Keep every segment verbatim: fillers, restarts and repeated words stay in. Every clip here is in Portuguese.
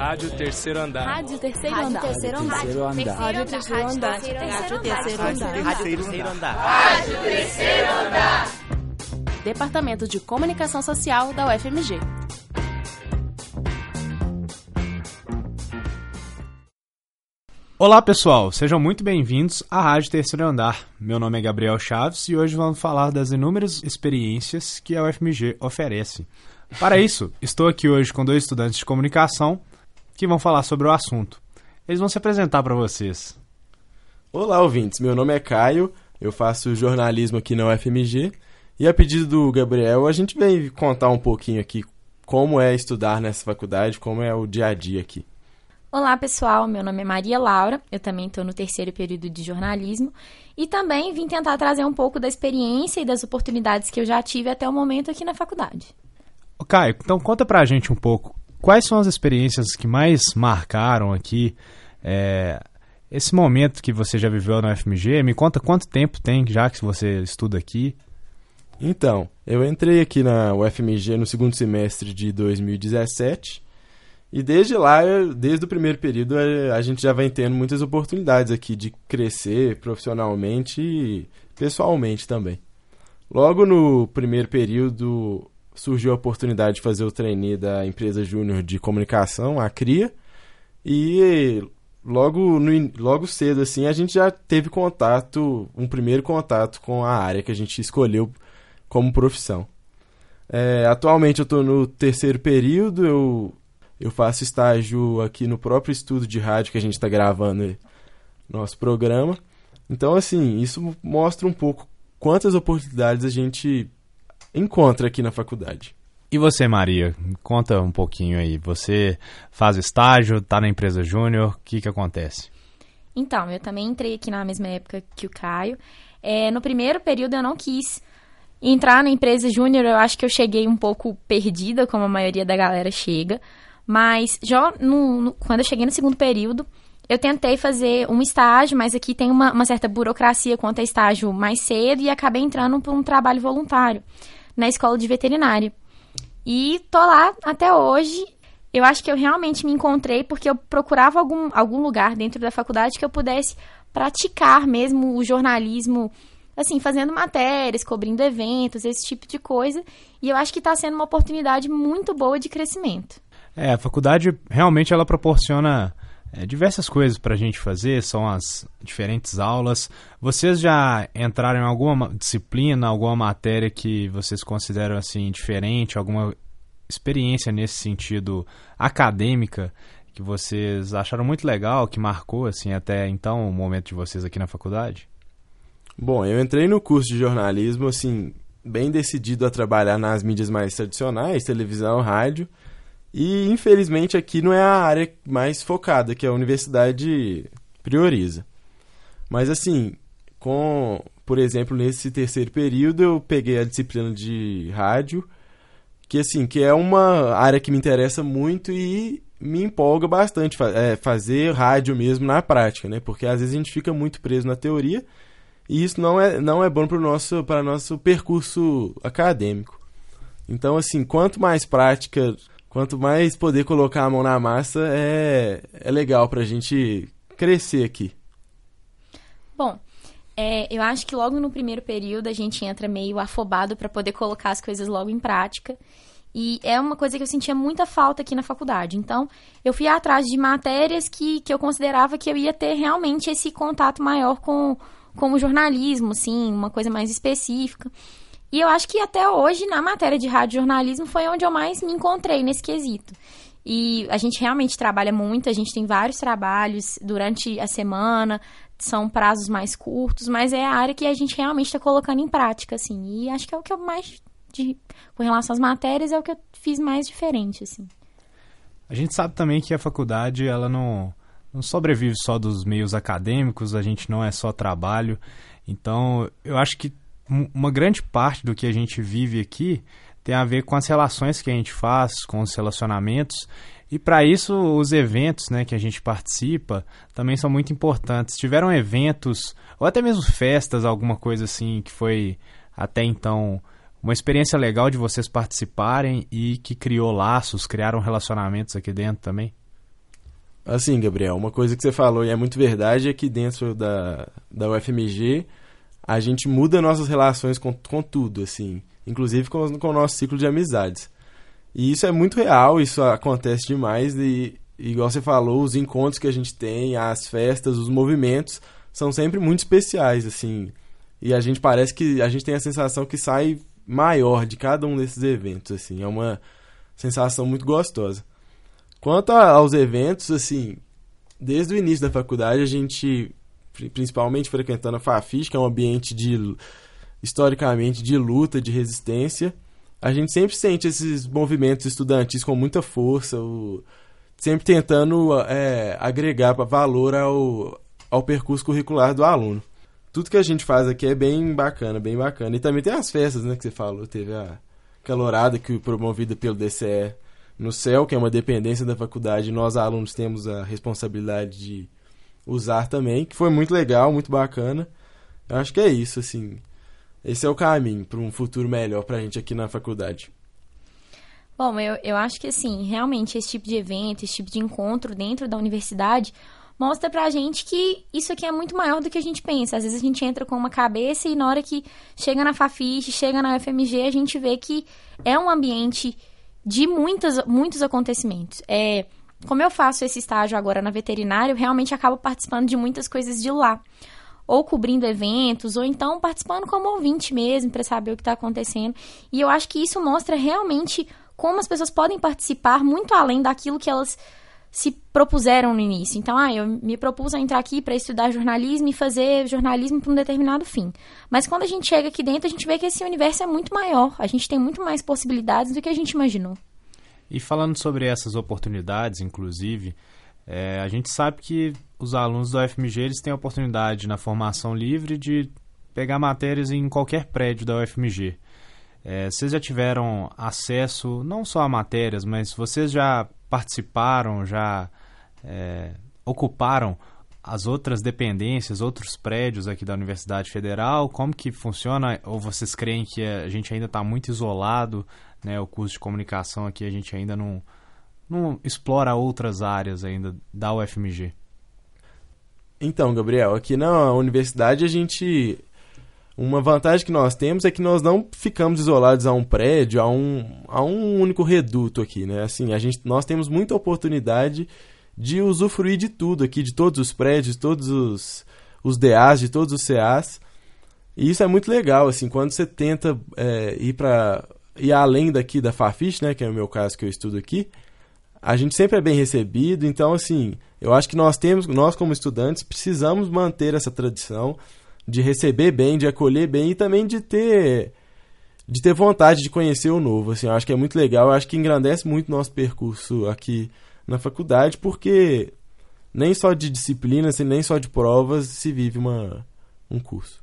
Rádio Terceiro Andar. Rádio Terceiro Andar. Rádio Terceiro Andar. Rádio Terceiro Andar. Rádio Terceiro Andar. Rádio Terceiro Andar. Rádio Terceiro Andar. Departamento de Comunicação Social da U F M G. Olá pessoal, sejam muito bem-vindos à Rádio Terceiro Andar. Meu nome é Gabriel Chaves e hoje vamos falar das inúmeras experiências que a U F M G oferece. Para isso, estou aqui hoje com dois estudantes de comunicação que vão falar sobre o assunto. Eles vão se apresentar para vocês. Olá, ouvintes. Meu nome é Caio, eu faço jornalismo aqui na U F M G e a pedido do Gabriel, a gente vem contar um pouquinho aqui como é estudar nessa faculdade, como é o dia a dia aqui. Olá pessoal, meu nome é Maria Laura, eu também estou no terceiro período de jornalismo e também vim tentar trazer um pouco da experiência e das oportunidades que eu já tive até o momento aqui na faculdade. Ô Caio, então conta pra gente um pouco, quais são as experiências que mais marcaram aqui, é, esse momento que você já viveu na U F M G, me conta quanto tempo tem já que você estuda aqui? Então, eu entrei aqui na U F M G no segundo semestre de dois mil e dezessete e desde lá, desde o primeiro período, a gente já vem tendo muitas oportunidades aqui de crescer profissionalmente e pessoalmente também. Logo no primeiro período, surgiu a oportunidade de fazer o trainee da empresa júnior de comunicação, a CRIA, e logo, no, logo cedo assim, a gente já teve contato, um primeiro contato com a área que a gente escolheu como profissão. É, atualmente eu estou no terceiro período, eu, eu faço estágio aqui no próprio estúdio de rádio que a gente está gravando nosso programa. Então, assim, isso mostra um pouco quantas oportunidades a gente encontra aqui na faculdade. E você, Maria? Conta um pouquinho aí. Você faz estágio, está na empresa júnior, o que que acontece? Então, eu também entrei aqui na mesma época que o Caio. É, no primeiro período eu não quis entrar na empresa júnior, eu acho que eu cheguei um pouco perdida, como a maioria da galera chega. Mas já no, no, quando eu cheguei no segundo período, eu tentei fazer um estágio, mas aqui tem uma, uma certa burocracia quanto a estágio mais cedo e acabei entrando por um trabalho voluntário na escola de veterinária. E tô lá até hoje. Eu acho que eu realmente me encontrei porque eu procurava algum, algum lugar dentro da faculdade que eu pudesse praticar mesmo o jornalismo, assim, fazendo matérias, cobrindo eventos, esse tipo de coisa. E eu acho que está sendo uma oportunidade muito boa de crescimento. É, a faculdade realmente ela proporciona é, diversas coisas para a gente fazer, são as diferentes aulas. Vocês já entraram em alguma disciplina, alguma matéria que vocês consideram assim diferente, alguma experiência nesse sentido acadêmica que vocês acharam muito legal, que marcou assim até então o momento de vocês aqui na faculdade? Bom, eu entrei no curso de jornalismo assim bem decidido a trabalhar nas mídias mais tradicionais, televisão, rádio. E, infelizmente, aqui não é a área mais focada que a universidade prioriza. Mas, assim, com, por exemplo, nesse terceiro período, eu peguei a disciplina de rádio, que, assim, que é uma área que me interessa muito e me empolga bastante é, fazer rádio mesmo na prática, né? Porque, às vezes, a gente fica muito preso na teoria e isso não é, não é bom para o nosso, para nosso percurso acadêmico. Então, assim, quanto mais prática... Quanto mais poder colocar a mão na massa, é, é legal pra gente crescer aqui. Bom, é, eu acho que logo no primeiro período a gente entra meio afobado para poder colocar as coisas logo em prática. E é uma coisa que eu sentia muita falta aqui na faculdade. Então, eu fui atrás de matérias que, que eu considerava que eu ia ter realmente esse contato maior com, com o jornalismo, assim, uma coisa mais específica. E eu acho que até hoje, na matéria de rádio jornalismo, foi onde eu mais me encontrei nesse quesito. E a gente realmente trabalha muito, a gente tem vários trabalhos durante a semana, são prazos mais curtos, mas é a área que a gente realmente está colocando em prática, assim. E acho que é o que eu mais, de, com relação às matérias, é o que eu fiz mais diferente, assim. A gente sabe também que a faculdade, ela não, não sobrevive só dos meios acadêmicos, a gente não é só trabalho. Então, eu acho que uma grande parte do que a gente vive aqui tem a ver com as relações que a gente faz, com os relacionamentos. E para isso, os eventos, né, que a gente participa também são muito importantes. Tiveram eventos, ou até mesmo festas, alguma coisa assim, que foi até então uma experiência legal de vocês participarem e que criou laços, criaram relacionamentos aqui dentro também? Assim, Gabriel, uma coisa que você falou e é muito verdade é que dentro da, da U F M G a gente muda nossas relações com, com tudo, assim, inclusive com, com o nosso ciclo de amizades. E isso é muito real, isso acontece demais e, igual você falou, os encontros que a gente tem, as festas, os movimentos são sempre muito especiais, assim, e a gente parece que a gente tem a sensação que sai maior de cada um desses eventos, assim, é uma sensação muito gostosa. Quanto a, aos eventos, assim, desde o início da faculdade a gente, principalmente frequentando a Fafiche, que é um ambiente de, historicamente, de luta, de resistência, a gente sempre sente esses movimentos estudantis com muita força, o, sempre tentando é, agregar valor ao, ao percurso curricular do aluno. Tudo que a gente faz aqui é bem bacana, bem bacana. E também tem as festas, né, que você falou. Teve a calorada que foi promovida pelo D C E no C E L, que é uma dependência da faculdade, e nós alunos temos a responsabilidade de usar também, que foi muito legal, muito bacana. Eu acho que é isso, assim... Esse é o caminho para um futuro melhor para a gente aqui na faculdade. Bom, eu, eu acho que, assim, realmente esse tipo de evento, esse tipo de encontro dentro da universidade mostra pra gente que isso aqui é muito maior do que a gente pensa. Às vezes a gente entra com uma cabeça e na hora que chega na Fafiche, chega na U F M G, a gente vê que é um ambiente de muitas, muitos acontecimentos. É, como eu faço esse estágio agora na veterinária, eu realmente acabo participando de muitas coisas de lá. Ou cobrindo eventos, ou então participando como ouvinte mesmo, para saber o que está acontecendo. E eu acho que isso mostra realmente como as pessoas podem participar muito além daquilo que elas se propuseram no início. Então, ah, eu me propus a entrar aqui para estudar jornalismo e fazer jornalismo para um determinado fim. Mas quando a gente chega aqui dentro, a gente vê que esse universo é muito maior. A gente tem muito mais possibilidades do que a gente imaginou. E falando sobre essas oportunidades, inclusive, é, a gente sabe que os alunos da U F M G eles têm a oportunidade na formação livre de pegar matérias em qualquer prédio da U F M G. É, vocês já tiveram acesso não só a matérias, mas vocês já participaram, já é, ocuparam as outras dependências, outros prédios aqui da Universidade Federal? Como que funciona? Ou vocês creem que a gente ainda está muito isolado, né? O curso de comunicação aqui a gente ainda não, não explora outras áreas ainda da U F M G? Então, Gabriel, aqui na universidade a gente... Uma vantagem que nós temos é que nós não ficamos isolados a um prédio, a um, a um único reduto aqui, né? Assim, a gente, nós temos muita oportunidade de usufruir de tudo aqui, de todos os prédios, todos os, os D As, de todos os C As. E isso é muito legal, assim, quando você tenta é, ir para ir além daqui da Fafiche, né? Que é o meu caso que eu estudo aqui, a gente sempre é bem recebido. Então, assim, eu acho que nós temos, nós como estudantes, precisamos manter essa tradição de receber bem, de acolher bem e também de ter de ter vontade de conhecer o novo. Assim, eu acho que é muito legal, eu acho que engrandece muito o nosso percurso aqui na faculdade, porque nem só de disciplinas e nem só de provas se vive uma, um curso.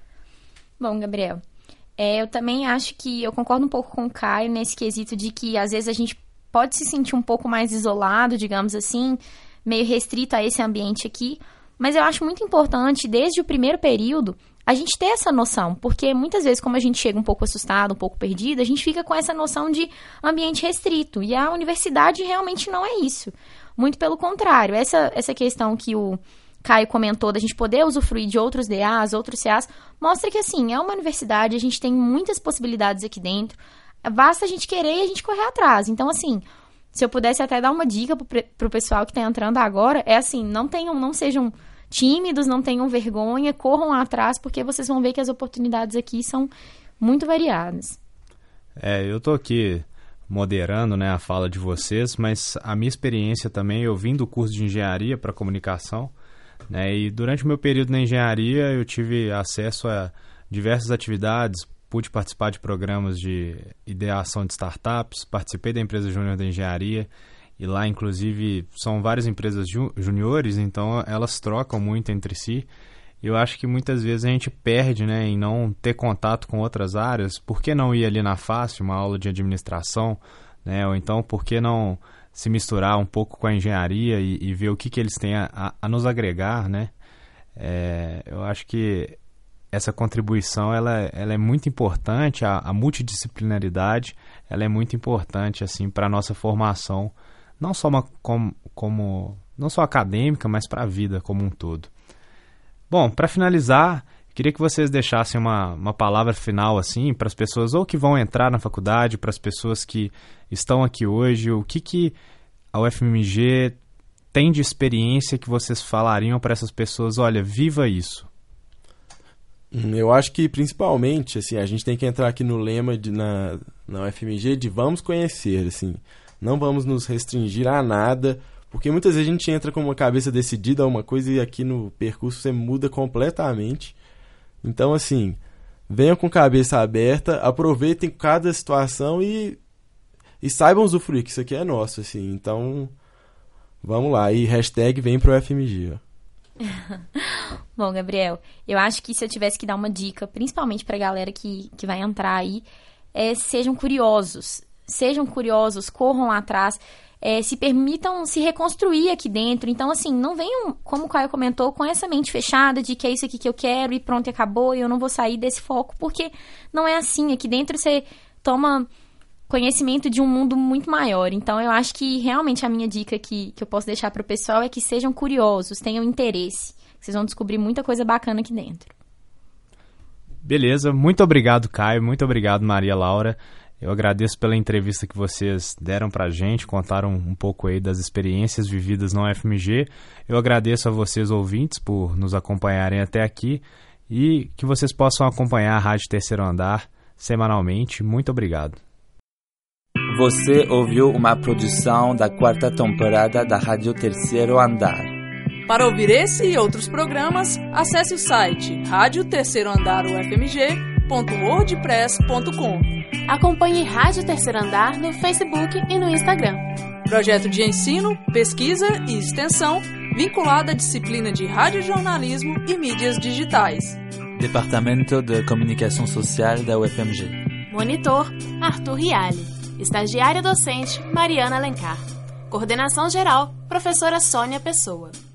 Bom, Gabriel, é, eu também acho que eu concordo um pouco com o Caio nesse quesito de que às vezes a gente pode se sentir um pouco mais isolado, digamos assim, meio restrito a esse ambiente aqui. Mas eu acho muito importante, desde o primeiro período, a gente ter essa noção. Porque muitas vezes, como a gente chega um pouco assustado, um pouco perdido, a gente fica com essa noção de ambiente restrito. E a universidade realmente não é isso. Muito pelo contrário. Essa, essa questão que o Caio comentou, da gente poder usufruir de outros D As, outros C As, mostra que, assim, é uma universidade, a gente tem muitas possibilidades aqui dentro. Basta a gente querer e a gente correr atrás. Então, assim... Se eu pudesse até dar uma dica pro pessoal que está entrando agora, é assim, não tenham, não sejam tímidos, não tenham vergonha, corram atrás, porque vocês vão ver que as oportunidades aqui são muito variadas. É, eu tô aqui moderando, né, a fala de vocês, mas a minha experiência também, eu vim do curso de engenharia para comunicação, né, e durante o meu período na engenharia eu tive acesso a diversas atividades. Pude participar de programas de ideação de startups, participei da empresa júnior da engenharia, e lá, inclusive, são várias empresas ju- juniores, então elas trocam muito entre si. Eu acho que muitas vezes a gente perde, né, em não ter contato com outras áreas. Por que não ir ali na FAST, uma aula de administração, né, ou então por que não se misturar um pouco com a engenharia e, e ver o que, que eles têm a, a, a nos agregar, né? É, eu acho que essa contribuição ela, ela é muito importante, a, a multidisciplinaridade ela é muito importante assim, para a nossa formação, não só uma, como, como não só acadêmica, mas para a vida como um todo. Bom, para finalizar, queria que vocês deixassem uma, uma palavra final assim para as pessoas ou que vão entrar na faculdade, para as pessoas que estão aqui hoje, o que, que a U F M G tem de experiência que vocês falariam para essas pessoas, olha, viva isso. Eu acho que principalmente, assim, a gente tem que entrar aqui no lema de, na, na U F M G de vamos conhecer, assim, não vamos nos restringir a nada, porque muitas vezes a gente entra com uma cabeça decidida a uma coisa e aqui no percurso você muda completamente. Então, assim, venham com cabeça aberta, aproveitem cada situação e, e saibam usufruir que isso aqui é nosso, assim. Então, vamos lá. E hashtag vem pro U F M G, ó. Bom, Gabriel, eu acho que se eu tivesse que dar uma dica, principalmente pra galera que, que vai entrar aí, é sejam curiosos. Sejam curiosos, corram lá atrás, é, se permitam se reconstruir aqui dentro. Então, assim, não venham, como o Caio comentou, com essa mente fechada de que é isso aqui que eu quero e pronto, e acabou, e eu não vou sair desse foco, porque não é assim. Aqui dentro você toma conhecimento de um mundo muito maior. Então, eu acho que realmente a minha dica que, que eu posso deixar para o pessoal é que sejam curiosos, tenham interesse. Vocês vão descobrir muita coisa bacana aqui dentro. Beleza, muito obrigado, Caio, muito obrigado, Maria Laura. Eu agradeço pela entrevista que vocês deram pra gente, contaram um pouco aí das experiências vividas na U F M G. Eu agradeço a vocês, ouvintes, por nos acompanharem até aqui e que vocês possam acompanhar a Rádio Terceiro Andar semanalmente. Muito obrigado. Você ouviu uma produção da quarta temporada da Rádio Terceiro Andar. Para ouvir esse e outros programas, acesse o site rádio terceiro andar U F M G ponto wordpress ponto com. Acompanhe Rádio Terceiro Andar no Facebook e no Instagram. Projeto de ensino, pesquisa e extensão vinculado à disciplina de radiojornalismo e mídias digitais. Departamento de Comunicação Social da U F M G. Monitor, Arthur Rialli. Estagiária docente, Mariana Alencar. Coordenação geral, professora Sônia Pessoa.